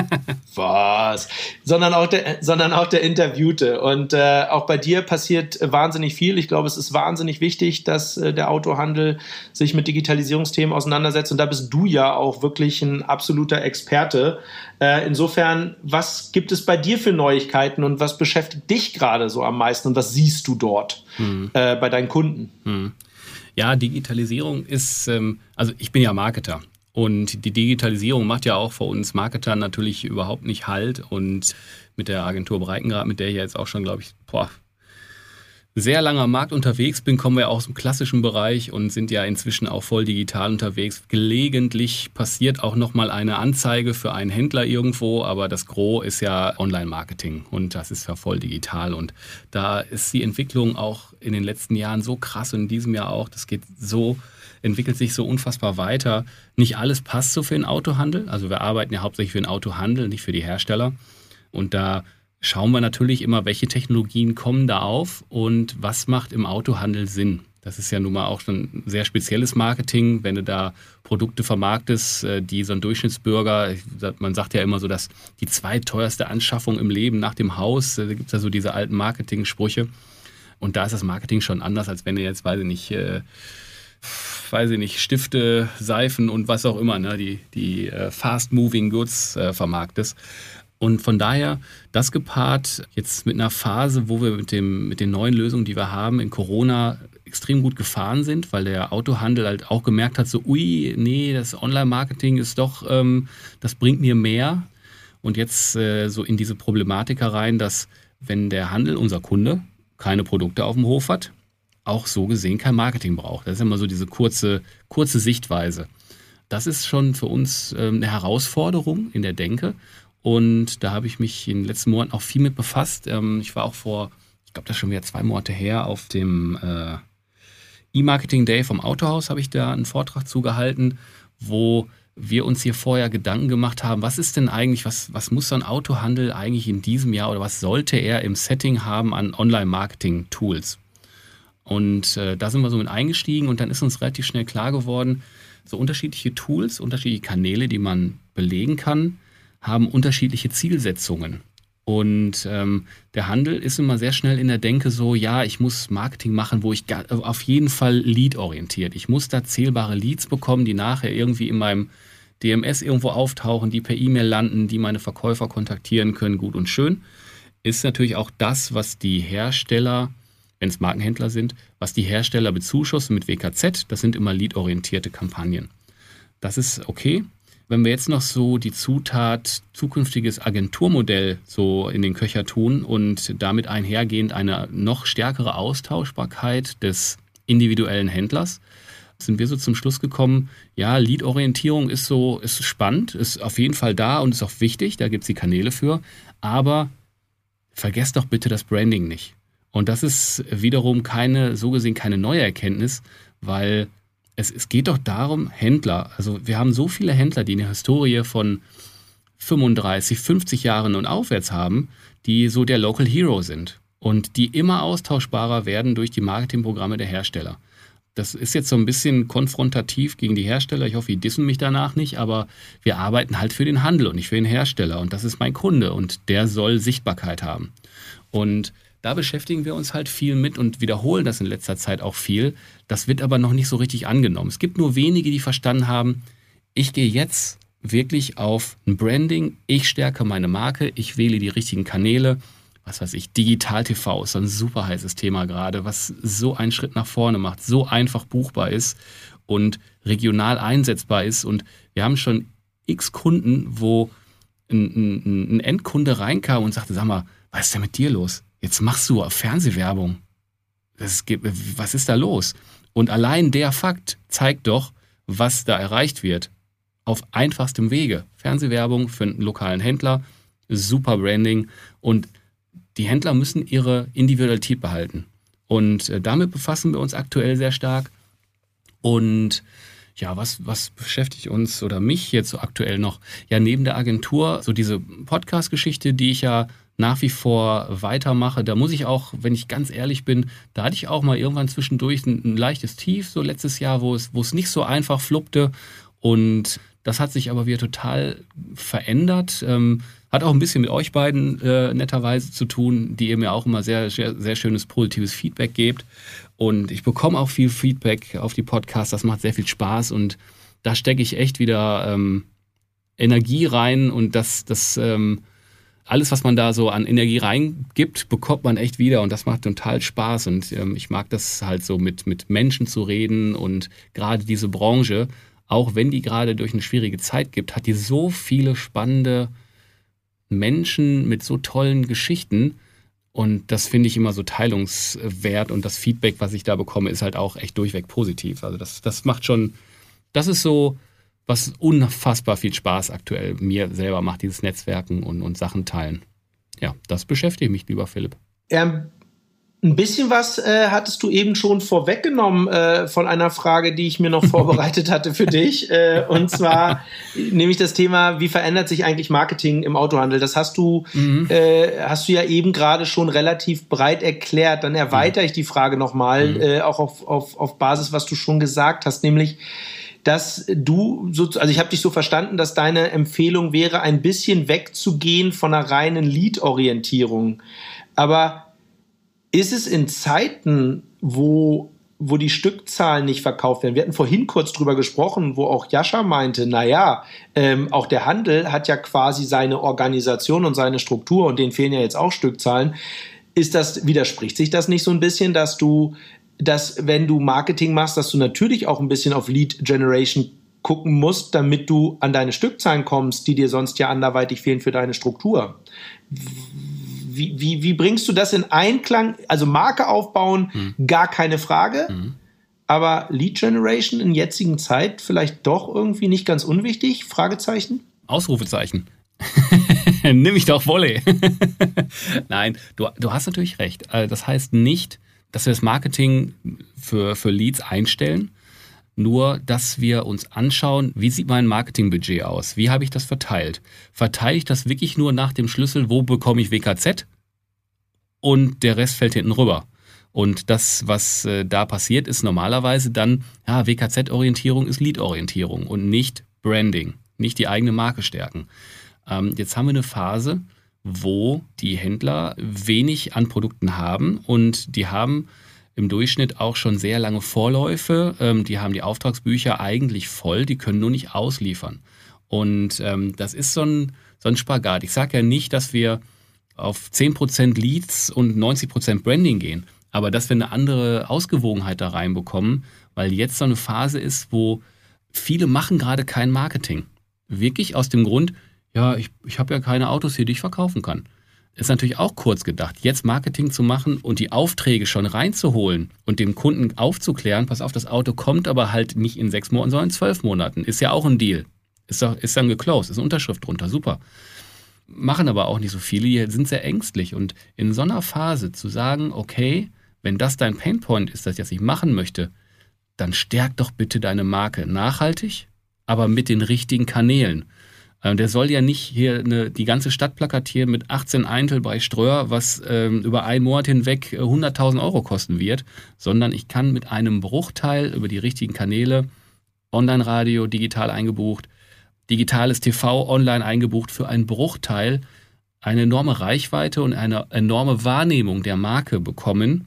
B: sondern auch der Interviewte und auch bei dir passiert wahnsinnig viel. Ich glaube, es ist wahnsinnig wichtig, dass der Autohandel sich mit Digitalisierungsthemen auseinandersetzt und da bist du ja auch wirklich ein absoluter Experte. Insofern, was gibt es bei dir für Neuigkeiten und was beschäftigt dich gerade so am meisten und was siehst du dort bei deinen Kunden?
A: Ja, Digitalisierung ist, also ich bin ja Marketer und die Digitalisierung macht ja auch für uns Marketern natürlich überhaupt nicht Halt und mit der Agentur Breitengrad, mit der ich jetzt auch schon, glaube ich, sehr lange am Markt unterwegs bin, kommen wir aus dem klassischen Bereich und sind ja inzwischen auch voll digital unterwegs. Gelegentlich passiert auch nochmal eine Anzeige für einen Händler irgendwo, aber das Gros ist ja Online-Marketing und das ist ja voll digital. Und da ist die Entwicklung auch in den letzten Jahren so krass und in diesem Jahr auch, entwickelt sich so unfassbar weiter. Nicht alles passt so für den Autohandel. Also wir arbeiten ja hauptsächlich für den Autohandel, nicht für die Hersteller. Und da schauen wir natürlich immer, welche Technologien kommen da auf und was macht im Autohandel Sinn. Das ist ja nun mal auch schon ein sehr spezielles Marketing, wenn du da Produkte vermarktest, die so ein Durchschnittsbürger, man sagt ja immer so, dass die zweiteuerste Anschaffung im Leben nach dem Haus, da gibt es ja so diese alten Marketing-Sprüche. Und da ist das Marketing schon anders, als wenn du jetzt, weiß ich nicht, Stifte, Seifen und was auch immer, ne, die Fast-Moving Goods vermarktest. Und von daher, das gepaart jetzt mit einer Phase, wo wir mit den neuen Lösungen, die wir haben, in Corona extrem gut gefahren sind, weil der Autohandel halt auch gemerkt hat, so das Online-Marketing ist doch, das bringt mir mehr. Und jetzt so in diese Problematik herein, dass wenn der Handel, unser Kunde, keine Produkte auf dem Hof hat, auch so gesehen kein Marketing braucht. Das ist immer so diese kurze Sichtweise. Das ist schon für uns eine Herausforderung in der Denke. Und da habe ich mich in den letzten Monaten auch viel mit befasst. Ich war auch ich glaube, das ist schon wieder 2 Monate her, auf dem E-Marketing Day vom Autohaus habe ich da einen Vortrag zugehalten, wo wir uns hier vorher Gedanken gemacht haben, was ist denn eigentlich, was muss so ein Autohandel eigentlich in diesem Jahr oder was sollte er im Setting haben an Online-Marketing-Tools? Und da sind wir so mit eingestiegen und dann ist uns relativ schnell klar geworden, so unterschiedliche Tools, unterschiedliche Kanäle, die man belegen kann, haben unterschiedliche Zielsetzungen. Und der Handel ist immer sehr schnell in der Denke so, ja, ich muss Marketing machen, wo ich auf jeden Fall lead-orientiert. Ich muss da zählbare Leads bekommen, die nachher irgendwie in meinem DMS irgendwo auftauchen, die per E-Mail landen, die meine Verkäufer kontaktieren können, gut und schön. Ist natürlich auch das, was die Hersteller, wenn es Markenhändler sind, was die Hersteller bezuschussen mit WKZ, das sind immer lead-orientierte Kampagnen. Das ist okay. Wenn wir jetzt noch so die Zutat zukünftiges Agenturmodell so in den Köcher tun und damit einhergehend eine noch stärkere Austauschbarkeit des individuellen Händlers, sind wir so zum Schluss gekommen, ja, Lead-Orientierung ist spannend, ist auf jeden Fall da und ist auch wichtig, da gibt es die Kanäle für, aber vergesst doch bitte das Branding nicht. Und das ist wiederum keine neue Erkenntnis, weil es geht doch darum, Händler, also wir haben so viele Händler, die eine Historie von 35, 50 Jahren und aufwärts haben, die so der Local Hero sind und die immer austauschbarer werden durch die Marketingprogramme der Hersteller. Das ist jetzt so ein bisschen konfrontativ gegen die Hersteller. Ich hoffe, die dissen mich danach nicht, aber wir arbeiten halt für den Handel und nicht für den Hersteller. Und das ist mein Kunde und der soll Sichtbarkeit haben. Und da beschäftigen wir uns halt viel mit und wiederholen das in letzter Zeit auch viel. Das wird aber noch nicht so richtig angenommen. Es gibt nur wenige, die verstanden haben, ich gehe jetzt wirklich auf ein Branding, ich stärke meine Marke, ich wähle die richtigen Kanäle. Was weiß ich, Digital-TV ist so ein super heißes Thema gerade, was so einen Schritt nach vorne macht, so einfach buchbar ist und regional einsetzbar ist. Und wir haben schon x Kunden, wo ein Endkunde reinkam und sagte, sag mal, was ist denn mit dir los? Jetzt machst du Fernsehwerbung. Was ist da los? Und allein der Fakt zeigt doch, was da erreicht wird. Auf einfachstem Wege. Fernsehwerbung für einen lokalen Händler, super Branding und die Händler müssen ihre Individualität behalten. Und damit befassen wir uns aktuell sehr stark. Und ja, was beschäftigt uns oder mich jetzt so aktuell noch? Ja, neben der Agentur, so diese Podcast-Geschichte, die ich ja nach wie vor weitermache, da muss ich auch, wenn ich ganz ehrlich bin, da hatte ich auch mal irgendwann zwischendurch ein leichtes Tief, so letztes Jahr, wo es nicht so einfach fluppte. Und das hat sich aber wieder total verändert. Hat auch ein bisschen mit euch beiden netterweise zu tun, die ihr mir auch immer sehr, sehr, sehr schönes positives Feedback gebt. Und ich bekomme auch viel Feedback auf die Podcasts. Das macht sehr viel Spaß und da stecke ich echt wieder Energie rein und alles, was man da so an Energie reingibt, bekommt man echt wieder und das macht total Spaß und ich mag das halt so mit Menschen zu reden und gerade diese Branche, auch wenn die gerade durch eine schwierige Zeit gibt, hat die so viele spannende Menschen mit so tollen Geschichten Und das finde ich immer so teilungswert und das Feedback, was ich da bekomme, ist halt auch echt durchweg positiv. Also das macht schon, das ist so, was unfassbar viel Spaß aktuell mir selber macht, dieses Netzwerken und Sachen teilen. Ja, das beschäftigt mich, lieber Philipp.
B: Ein bisschen was hattest du eben schon vorweggenommen von einer Frage, die ich mir noch vorbereitet hatte für dich. Und zwar nämlich das Thema, wie verändert sich eigentlich Marketing im Autohandel? Das hast du ja eben gerade schon relativ breit erklärt. Dann erweitere ich die Frage nochmal, auch auf Basis, was du schon gesagt hast, nämlich, dass du, also ich habe dich so verstanden, dass deine Empfehlung wäre, ein bisschen wegzugehen von einer reinen Lead-Orientierung. Aber ist es in Zeiten, wo die Stückzahlen nicht verkauft werden? Wir hatten vorhin kurz drüber gesprochen, wo auch Jascha meinte, auch der Handel hat ja quasi seine Organisation und seine Struktur und denen fehlen ja jetzt auch Stückzahlen. Widerspricht sich das nicht so ein bisschen, dass wenn du Marketing machst, dass du natürlich auch ein bisschen auf Lead Generation gucken musst, damit du an deine Stückzahlen kommst, die dir sonst ja anderweitig fehlen für deine Struktur? Wie bringst du das in Einklang? Also Marke aufbauen, gar keine Frage. Aber Lead Generation in jetzigen Zeit vielleicht doch irgendwie nicht ganz unwichtig? Fragezeichen?
A: Ausrufezeichen. Nimm mich doch Volley. Nein, du hast natürlich recht. Das heißt nicht, dass wir das Marketing für Leads einstellen, nur dass wir uns anschauen, wie sieht mein Marketingbudget aus? Wie habe ich das verteilt? Verteile ich das wirklich nur nach dem Schlüssel, wo bekomme ich WKZ? Und der Rest fällt hinten rüber. Und das, was da passiert, ist normalerweise dann, WKZ-Orientierung ist Lead-Orientierung und nicht Branding, nicht die eigene Marke stärken. Jetzt haben wir eine Phase, wo die Händler wenig an Produkten haben und die haben im Durchschnitt auch schon sehr lange Vorläufe. Die haben die Auftragsbücher eigentlich voll, die können nur nicht ausliefern. Und das ist so ein Spagat. Ich sage ja nicht, dass wir auf 10% Leads und 90% Branding gehen, aber dass wir eine andere Ausgewogenheit da reinbekommen, weil jetzt so eine Phase ist, wo viele machen gerade kein Marketing. Wirklich aus dem Grund, ich habe ja keine Autos hier, die ich verkaufen kann. Ist natürlich auch kurz gedacht, jetzt Marketing zu machen und die Aufträge schon reinzuholen und dem Kunden aufzuklären, pass auf, das Auto kommt aber halt nicht in 6 Monaten, sondern in 12 Monaten. Ist ja auch ein Deal. Ist dann geclosed, ist eine Unterschrift drunter, super. Machen aber auch nicht so viele, die sind sehr ängstlich. Und in so einer Phase zu sagen, okay, wenn das dein Painpoint ist, das ich machen möchte, dann stärk doch bitte deine Marke nachhaltig, aber mit den richtigen Kanälen. Der soll ja nicht hier die ganze Stadt plakatieren mit 18 Eintel bei Ströer, was über einen Monat hinweg 100.000 Euro kosten wird, sondern ich kann mit einem Bruchteil über die richtigen Kanäle, Online-Radio, digital eingebucht, digitales TV, online eingebucht, für einen Bruchteil eine enorme Reichweite und eine enorme Wahrnehmung der Marke bekommen.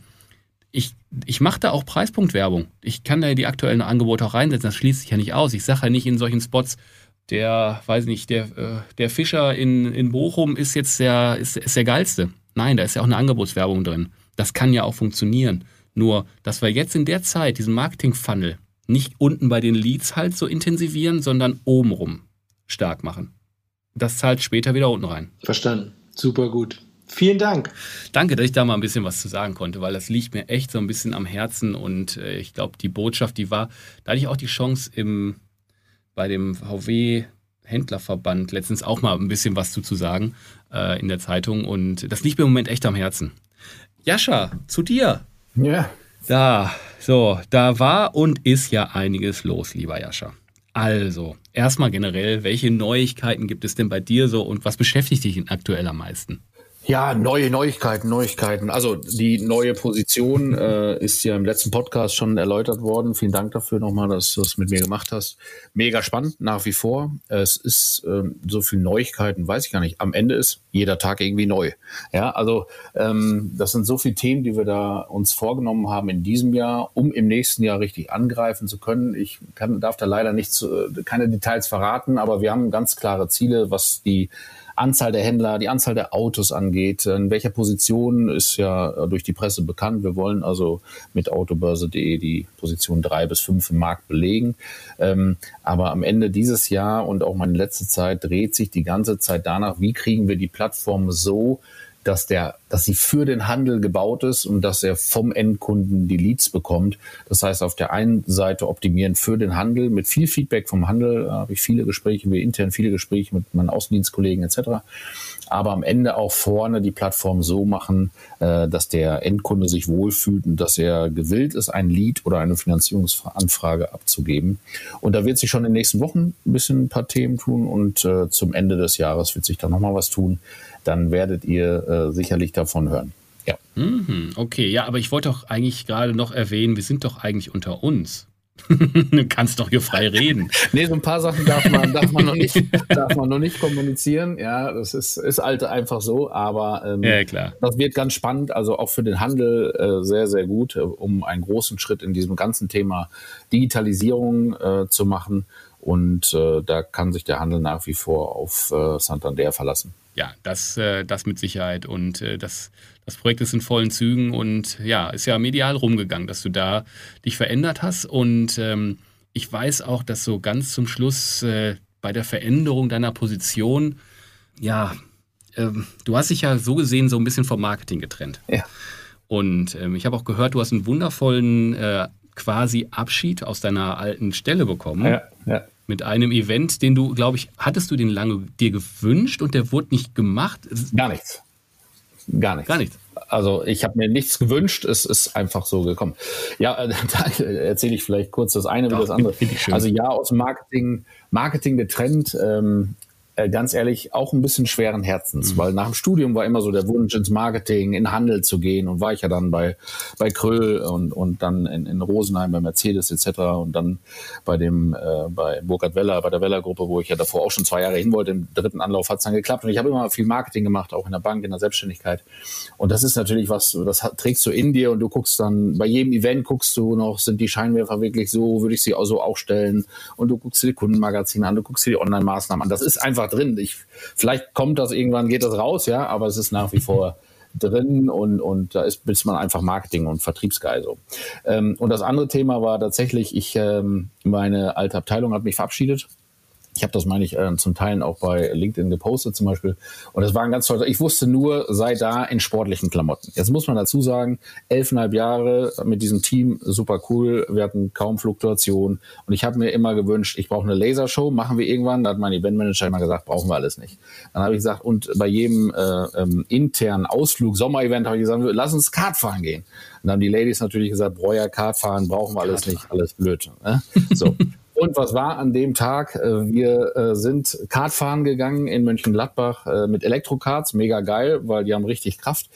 A: Ich mache da auch Preispunktwerbung. Ich kann da die aktuellen Angebote auch reinsetzen, das schließt sich ja nicht aus. Ich sage ja nicht in solchen Spots, der Fischer in Bochum ist jetzt der geilste. Nein, da ist ja auch eine Angebotswerbung drin. Das kann ja auch funktionieren. Nur, dass wir jetzt in der Zeit diesen Marketing-Funnel nicht unten bei den Leads halt so intensivieren, sondern obenrum stark machen. Das zahlt später wieder unten rein.
B: Verstanden. Super gut. Vielen Dank.
A: Danke, dass ich da mal ein bisschen was zu sagen konnte, weil das liegt mir echt so ein bisschen am Herzen und ich glaube, die Botschaft, da hatte ich auch die Chance bei dem VW-Händlerverband letztens auch mal ein bisschen was zu sagen in der Zeitung und das liegt mir im Moment echt am Herzen. Jascha, zu dir.
C: Ja.
A: Da war und ist ja einiges los, lieber Jascha. Also, erstmal generell, welche Neuigkeiten gibt es denn bei dir so und was beschäftigt dich denn aktuell am meisten?
C: Ja, Neuigkeiten. Also die neue Position ist ja im letzten Podcast schon erläutert worden. Vielen Dank dafür nochmal, dass du das mit mir gemacht hast. Mega spannend, nach wie vor. Es ist so viel Neuigkeiten, weiß ich gar nicht. Am Ende ist jeder Tag irgendwie neu. Ja, also das sind so viele Themen, die wir da uns vorgenommen haben in diesem Jahr, um im nächsten Jahr richtig angreifen zu können. Ich darf da leider keine Details verraten, aber wir haben ganz klare Ziele, was die Anzahl der Händler, die Anzahl der Autos angeht. In welcher Position ist ja durch die Presse bekannt. Wir wollen also mit autobörse.de die Position 3 bis 5 im Markt belegen. Aber am Ende dieses Jahr und auch meine letzte Zeit dreht sich die ganze Zeit danach, wie kriegen wir die Plattform so, dass dass sie für den Handel gebaut ist und dass er vom Endkunden die Leads bekommt. Das heißt, auf der einen Seite optimieren für den Handel, mit viel Feedback vom Handel, habe ich viele Gespräche, wir intern viele Gespräche mit meinen Außendienstkollegen etc., aber am Ende auch vorne die Plattform so machen, dass der Endkunde sich wohlfühlt und dass er gewillt ist, ein Lead oder eine Finanzierungsanfrage abzugeben. Und da wird sich schon in den nächsten Wochen ein paar Themen tun und zum Ende des Jahres wird sich da nochmal was tun. Dann werdet ihr sicherlich davon hören. Ja.
A: Okay, ja, aber ich wollte doch eigentlich gerade noch erwähnen, wir sind doch eigentlich unter uns. Du kannst doch hier frei reden.
C: Nee, so ein paar Sachen darf man noch nicht kommunizieren. Ja, das ist halt einfach so. Aber
A: ja, klar.
C: Das wird ganz spannend. Also auch für den Handel sehr, sehr gut, um einen großen Schritt in diesem ganzen Thema Digitalisierung zu machen. Und da kann sich der Handel nach wie vor auf Santander verlassen.
A: Ja, das mit Sicherheit. Und das Projekt ist in vollen Zügen und ja, ist ja medial rumgegangen, dass du da dich verändert hast. Und ich weiß auch, dass so ganz zum Schluss bei der Veränderung deiner Position, ja, du hast dich ja so gesehen so ein bisschen vom Marketing getrennt. Ja. Und ich habe auch gehört, du hast einen wundervollen quasi Abschied aus deiner alten Stelle bekommen. Ja, ja. Mit einem Event, den du, glaube ich, hattest du den lange dir gewünscht und der wurde nicht gemacht?
C: Gar nichts. Also ich habe mir nichts gewünscht, es ist einfach so gekommen. Ja, da erzähle ich vielleicht kurz das eine wie das andere. Also ja, aus dem Marketing getrennt, ganz ehrlich, auch ein bisschen schweren Herzens, weil nach dem Studium war immer so der Wunsch, ins Marketing, in Handel zu gehen und war ich ja dann bei Kröll und dann in Rosenheim bei Mercedes etc. und dann bei Burkhard Weller, bei der Weller-Gruppe, wo ich ja davor auch schon 2 Jahre hin wollte. Im 3. Anlauf hat es dann geklappt und ich habe immer viel Marketing gemacht, auch in der Bank, in der Selbstständigkeit. Und das ist natürlich was, das trägst du in dir und du guckst dann, bei jedem Event guckst du noch, sind die Scheinwerfer wirklich so, würde ich sie auch so aufstellen und du guckst dir die Kundenmagazine an, du guckst dir die Online-Maßnahmen an. Das ist einfach drin. Vielleicht kommt das irgendwann, geht das raus, ja, aber es ist nach wie vor drin und da ist man einfach Marketing und Vertriebsgeil so. Und das andere Thema war tatsächlich, meine alte Abteilung hat mich verabschiedet. Ich habe das, meine ich, zum Teil auch bei LinkedIn gepostet zum Beispiel. Und das war ein ganz toller. Ich wusste nur, sei da in sportlichen Klamotten. Jetzt muss man dazu sagen, 11,5 Jahre mit diesem Team, super cool. Wir hatten kaum Fluktuation. Und ich habe mir immer gewünscht, ich brauche eine Lasershow, machen wir irgendwann. Da hat mein Eventmanager immer gesagt, brauchen wir alles nicht. Dann habe ich gesagt, und bei jedem internen Ausflug, Sommerevent, habe ich gesagt, lass uns Kartfahren gehen. Und dann haben die Ladies natürlich gesagt, Breuer, Kartfahren, brauchen wir alles nicht, alles blöd. Ne? So. Und was war an dem Tag? Wir sind Kartfahren gegangen in Mönchengladbach mit Elektrokarts, mega geil, weil die haben richtig Kraft.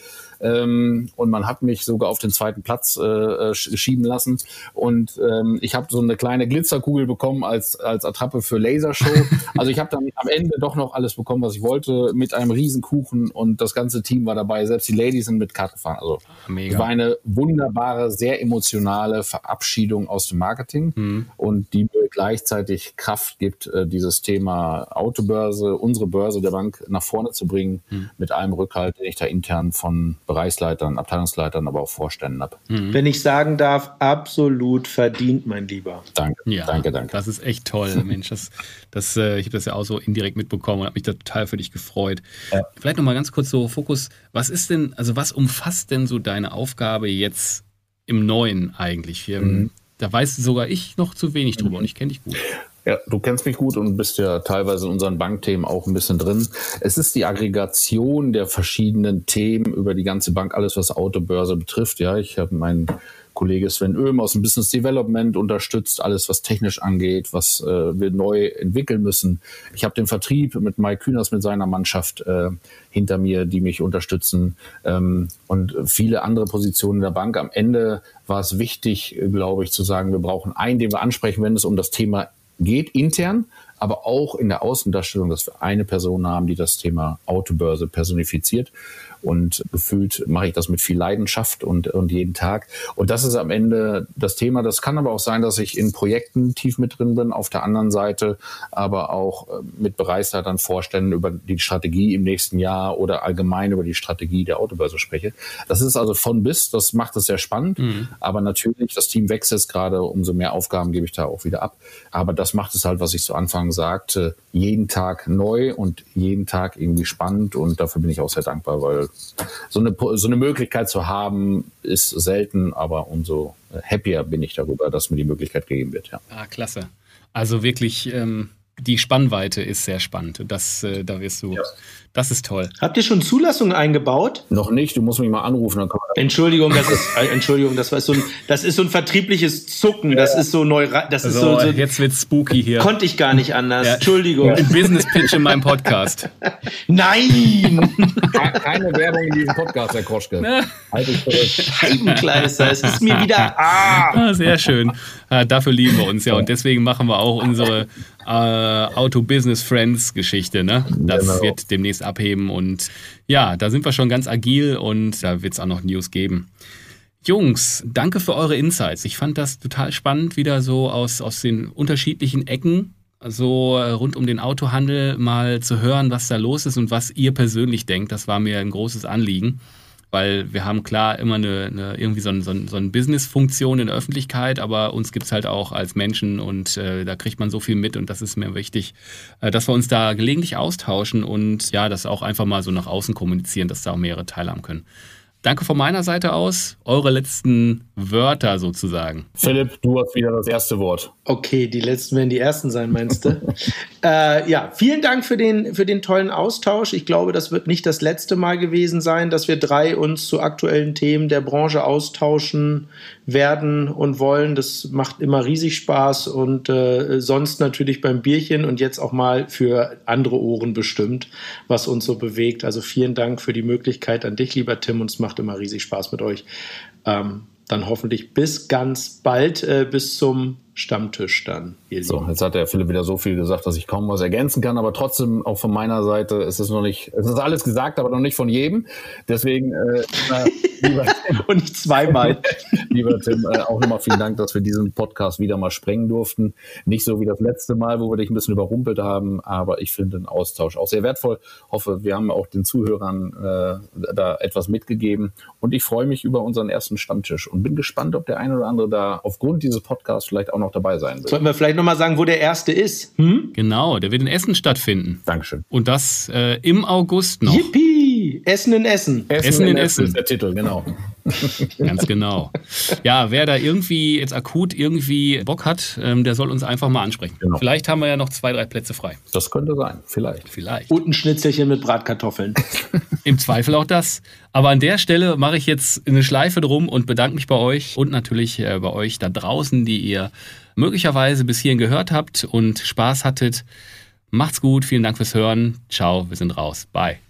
C: Und man hat mich sogar auf den 2. Platz schieben lassen. Und ich habe so eine kleine Glitzerkugel bekommen als Attrappe für Lasershow. Also ich habe dann am Ende doch noch alles bekommen, was ich wollte, mit einem Riesen-Kuchen und das ganze Team war dabei. Selbst die Ladies sind mit Kart gefahren. Also es war eine wunderbare, sehr emotionale Verabschiedung aus dem Marketing und die mir gleichzeitig Kraft gibt, dieses Thema Autobörse, unsere Börse der Bank nach vorne zu bringen, mit allem Rückhalt, den ich da intern von Bereichsleitern, Abteilungsleitern, aber auch Vorständen habe.
B: Wenn ich sagen darf, absolut verdient, mein Lieber.
C: Danke, ja, danke.
A: Das ist echt toll, Mensch. Ich habe das ja auch so indirekt mitbekommen und habe mich da total für dich gefreut. Vielleicht nochmal ganz kurz so Fokus, was umfasst denn so deine Aufgabe jetzt im Neuen eigentlich? Da weiß sogar ich noch zu wenig drüber und ich kenne dich gut.
C: Ja, du kennst mich gut und bist ja teilweise in unseren Bankthemen auch ein bisschen drin. Es ist die Aggregation der verschiedenen Themen über die ganze Bank, alles was Autobörse betrifft. Ja, ich habe meinen Kollege Sven Oehm aus dem Business Development unterstützt, alles was technisch angeht, was wir neu entwickeln müssen. Ich habe den Vertrieb mit Mike Kühners mit seiner Mannschaft hinter mir, die mich unterstützen und viele andere Positionen in der Bank. Am Ende war es wichtig, glaube ich, zu sagen, wir brauchen einen, den wir ansprechen, wenn es um das Thema geht, intern, aber auch in der Außendarstellung, dass wir eine Person haben, die das Thema Autobörse personifiziert. Und gefühlt mache ich das mit viel Leidenschaft und jeden Tag. Und das ist am Ende das Thema. Das kann aber auch sein, dass ich in Projekten tief mit drin bin, auf der anderen Seite aber auch mit Bereichsleitern, Vorständen über die Strategie im nächsten Jahr oder allgemein über die Strategie der Autobörse spreche. Das ist also von bis, das macht es sehr spannend. Aber natürlich, das Team wächst jetzt gerade, umso mehr Aufgaben gebe ich da auch wieder ab. Aber das macht es halt, was ich zu Anfang Anfang sagte, jeden Tag neu und jeden Tag irgendwie spannend und dafür bin ich auch sehr dankbar, weil so eine Möglichkeit zu haben ist selten, aber umso happier bin ich darüber, dass mir die Möglichkeit gegeben wird. Ja.
A: Ah, klasse. Also wirklich, die Spannweite ist sehr spannend. Da wirst du, das ist toll.
B: Habt ihr schon Zulassungen eingebaut?
C: Noch nicht, du musst mich mal anrufen. Dann kann man
B: Entschuldigung, das ist so ein vertrieblich Zucken. Das ist so neu. Das ist so
A: jetzt wird's spooky hier.
B: Konnte ich gar nicht anders. Ja. Entschuldigung.
A: Ein Business Pitch in meinem Podcast.
B: Nein!
C: Keine Werbung in diesem Podcast, Herr Kroschke.
B: Halt dich zurück. Scheibenkleister, es ist mir wieder.
A: Sehr schön. Dafür lieben wir uns ja und deswegen machen wir auch unsere Auto-Business-Friends-Geschichte. Ne? Das wird demnächst abheben und ja, da sind wir schon ganz agil und da wird es auch noch News geben. Jungs, danke für eure Insights. Ich fand das total spannend, wieder so aus den unterschiedlichen Ecken so rund um den Autohandel mal zu hören, was da los ist und was ihr persönlich denkt. Das war mir ein großes Anliegen. Weil wir haben klar immer irgendwie so eine Business-Funktion in der Öffentlichkeit, aber uns gibt's halt auch als Menschen und da kriegt man so viel mit und das ist mir wichtig, dass wir uns da gelegentlich austauschen und ja, das auch einfach mal so nach außen kommunizieren, dass da auch mehrere teilhaben können. Danke von meiner Seite aus. Eure letzten Wörter sozusagen.
C: Philipp, du hast wieder das erste Wort.
B: Okay, die letzten werden die ersten sein, meinst du? Ja, vielen Dank für den tollen Austausch. Ich glaube, das wird nicht das letzte Mal gewesen sein, dass wir drei uns zu aktuellen Themen der Branche austauschen werden und wollen. Das macht immer riesig Spaß und sonst natürlich beim Bierchen und jetzt auch mal für andere Ohren bestimmt, was uns so bewegt. Also vielen Dank für die Möglichkeit an dich, lieber Tim, und es macht immer riesig Spaß mit euch. Dann hoffentlich bis ganz bald, bis zum Stammtisch dann.
C: So, jetzt hat der Philipp wieder so viel gesagt, dass ich kaum was ergänzen kann, aber trotzdem auch von meiner Seite es ist alles gesagt, aber noch nicht von jedem. Deswegen, lieber Tim,
B: und nicht zweimal.
C: Lieber Tim, auch nochmal vielen Dank, dass wir diesen Podcast wieder mal sprengen durften. Nicht so wie das letzte Mal, wo wir dich ein bisschen überrumpelt haben, aber ich finde den Austausch auch sehr wertvoll. Hoffe, wir haben auch den Zuhörern da etwas mitgegeben und ich freue mich über unseren ersten Stammtisch und bin gespannt, ob der eine oder andere da aufgrund dieses Podcasts vielleicht auch noch dabei sein wird.
B: Sollten wir vielleicht nochmal sagen, wo der erste ist?
A: Genau, der wird in Essen stattfinden.
C: Dankeschön.
A: Und das im August noch.
B: Yippie! Essen in Essen.
A: Essen in Essen
C: ist der Titel, genau.
A: Ganz genau. Ja, wer da irgendwie jetzt akut irgendwie Bock hat, der soll uns einfach mal ansprechen. Genau. Vielleicht haben wir ja noch 2-3 Plätze frei.
C: Das könnte sein, vielleicht.
B: Und ein Schnitzelchen mit Bratkartoffeln.
A: Im Zweifel auch das. Aber an der Stelle mache ich jetzt eine Schleife drum und bedanke mich bei euch und natürlich bei euch da draußen, die ihr möglicherweise bis hierhin gehört habt und Spaß hattet. Macht's gut, vielen Dank fürs Hören. Ciao, wir sind raus. Bye.